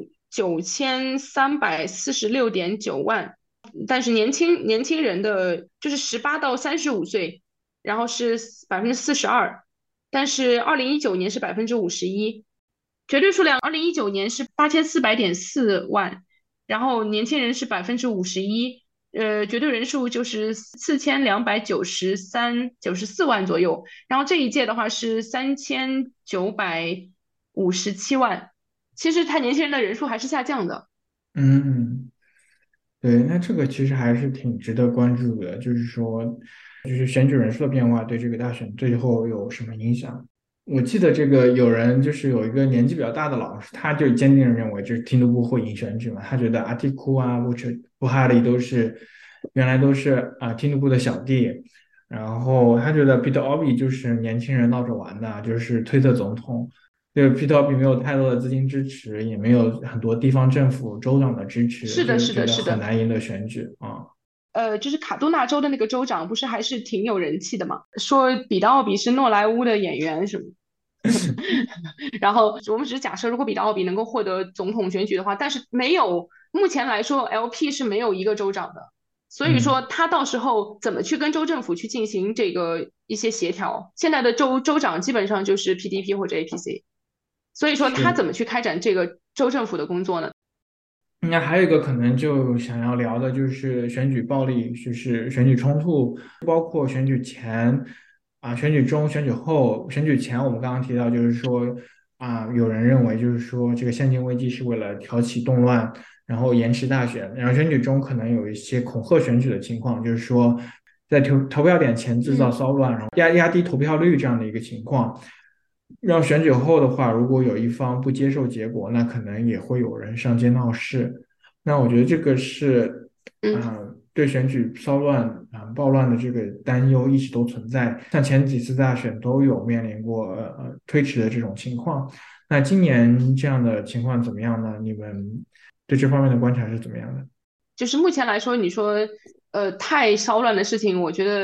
9346.9万，但是年轻人的就是18到35岁，然后是42%，但是2019年是51%，绝对数量2019年是8400.4万，然后年轻人是51%。绝对人数就是4293.94万左右，然后这一届的话是3957万，其实他年轻人的人数还是下降的。 嗯，对，那这个其实还是挺值得关注的，就是说，就是选举人数的变化对这个大选最后有什么影响？我记得这个有人就是有一个年纪比较大的老师，他就坚定地认为就是听都不会赢选举嘛，他觉得阿蒂库啊、布哈里原来都是听都布的小弟，然后他觉得 Peter Obi 就是年轻人闹着玩的，就是推特总统。对 Peter Obi 没有太多的资金支持，也没有很多地方政府州长的支持， 是的，是的， 就觉得是的。 很难赢得选举啊。 就是卡杜纳州的那个州长不是还是挺有人气的嘛？说比的奥比是诺莱坞的演员什么。然后我们只是假设，如果比的奥比能够获得总统选举的话，但是没有，目前来说 LP 是没有一个州长的，所以说嗯， 他到时候怎么去跟州政府去进行这个一些协调？现在的州长基本上就是 PDP 或者 APC，所以说他怎是。 么去开展这个州政府的工作呢？ 那还有一个可能就想要聊的就是选举暴力，就是选举冲突，包括选举前选举中、选举后。选举前我们刚刚提到，就是说有人认为就是说这个现金危机是为了挑起动乱，然后延迟大选。然后选举中可能有一些恐吓选举的情况，就是说在投票点前制造嗯。 骚乱，然后压低投票率这样的一个情况。让选举后的话，如果有一方不接受结果，那可能也会有人上街闹事。那我觉得这个是嗯。 对选举骚乱暴乱的这个担忧一直都存在。像前几次大选都有面临过推迟的这种情况。那今年这样的情况怎么样呢？你们对这方面的观察是怎么样的？ 就是目前来说，你说太骚乱的事情，我觉得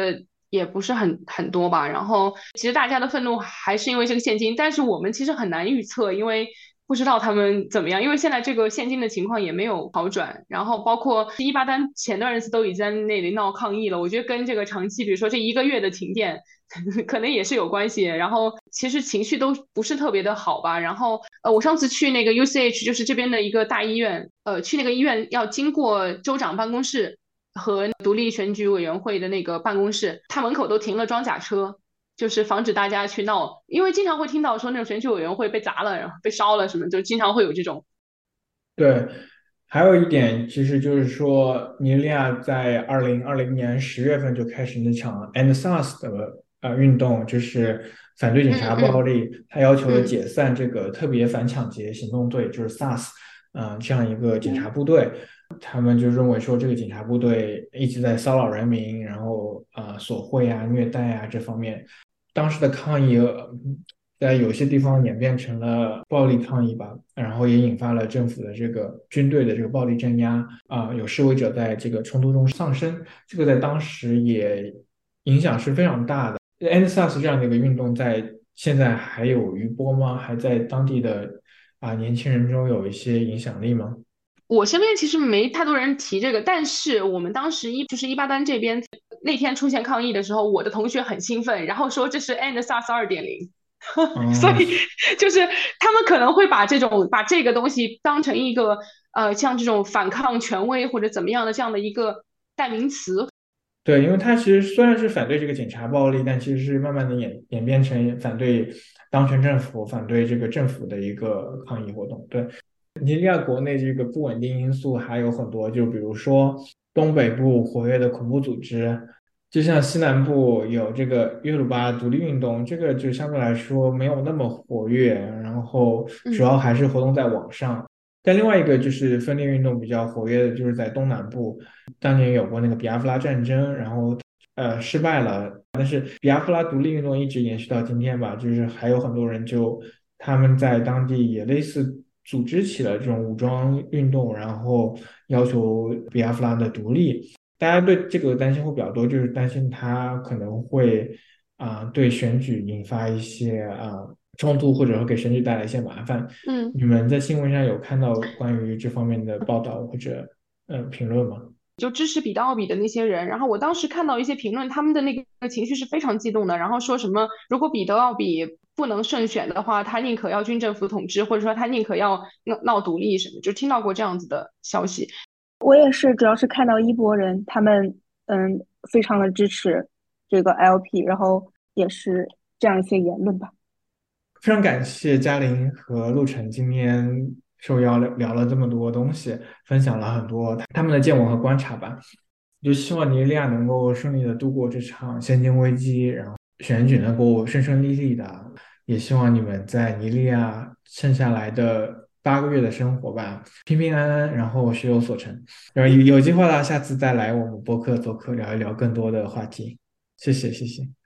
也不是很多吧。然后其实大家的愤怒还是因为这个现金，但是我们其实很难预测，因为不知道他们怎么样，因为现在这个现金的情况也没有好转。然后包括伊巴丹前段日子都已经在那里闹抗议了，我觉得跟这个长期，比如说这一个月的停电。可能也是有关系，然后其实情绪都不是特别的好吧。然后我上次去那个 UCH，就是这边的一个大医院，去那个医院要经过州长办公室和独立选举委员会的那个办公室，他门口都停了装甲车，就是防止大家去闹，因为经常会听到说那种选举委员会被砸了，然后被烧了什么，就经常会有这种。 对，还有一点，其实就是说，尼日利亚在2020年10月份就开始那场 End SARS 的运动，就是反对警察暴嗯嗯力，他要求嗯解散这个特别反抢劫行动队，就是 SARS，这样一个警察嗯部队。他们就认为说，这个警察部队一直在骚扰人民，然后索贿啊、虐待啊这方面。当时的抗议在有些地方演变成了暴力抗议吧，然后也引发了政府的这个军队的这个暴力镇压有示威者在这个冲突中丧生，这个在当时也影响是非常大的。NSAS 这样的一个运动在现在还有余波吗？还在当地的年轻人中有一些影响力吗？ 我身边其实没太多人提这个，但是我们当时就是伊巴丹这边那天出现抗议的时候，我的同学很兴奋，然后说这是 End SARS 2.0，所嗯， 以就是他们可能会把这个东西当成一个像这种反抗权威或者怎么样的这样的一个代名词。 对，因为他其实虽然是反对这个警察暴力，但其实是慢慢的演变成反对当权政府、反对这个政府的一个抗议活动。对。尼日利亚国内这个不稳定因素还有很多，就比如说东北部活跃的恐怖组织，就像西南部有这个约鲁巴独立运动，这个就相对来说没有那么活跃，然后主嗯要还是活动在网上。但另外一个就是分裂运动比较活跃的，就是在东南部，当年有过那个比亚夫拉战争，然后失败了，比亚夫拉独立运动一直延续到今天吧，就是还有很多人就他们在当地也类似组织起了这种武装运动，然后要求比亚夫拉的独立。大家对这个担心会比较多，就是担心他可能会对选举引发一些冲突，或者会给选举带来一些麻烦。 嗯。 你们在新闻上有看到关于这方面的报道或者评论吗？ 就支持彼得奥比的那些人，然后我当时看到一些评论，他们的那个情绪是非常激动的，然后说什么如果彼得奥比不能胜选的话，他宁可要军政府统治，或者说他宁可要闹独立什么，就听到过这样子的消息。 我也是，主要是看到一波人，他们非常的支持这个 LP，然后也是这样一些言论吧。 非常感谢嘉玲和陆晨今天受邀聊了这么多东西，分享了很多他们的见闻和观察吧。就希望尼日利亚能够顺利的度过这场现金危机，然后选举能够顺顺利利的。也希望你们在尼日利亚剩下来的8个月的生活吧，平平安安，然后学有所成。然后有计划的下次再来我们播客做客，聊一聊更多的话题。谢谢，谢谢。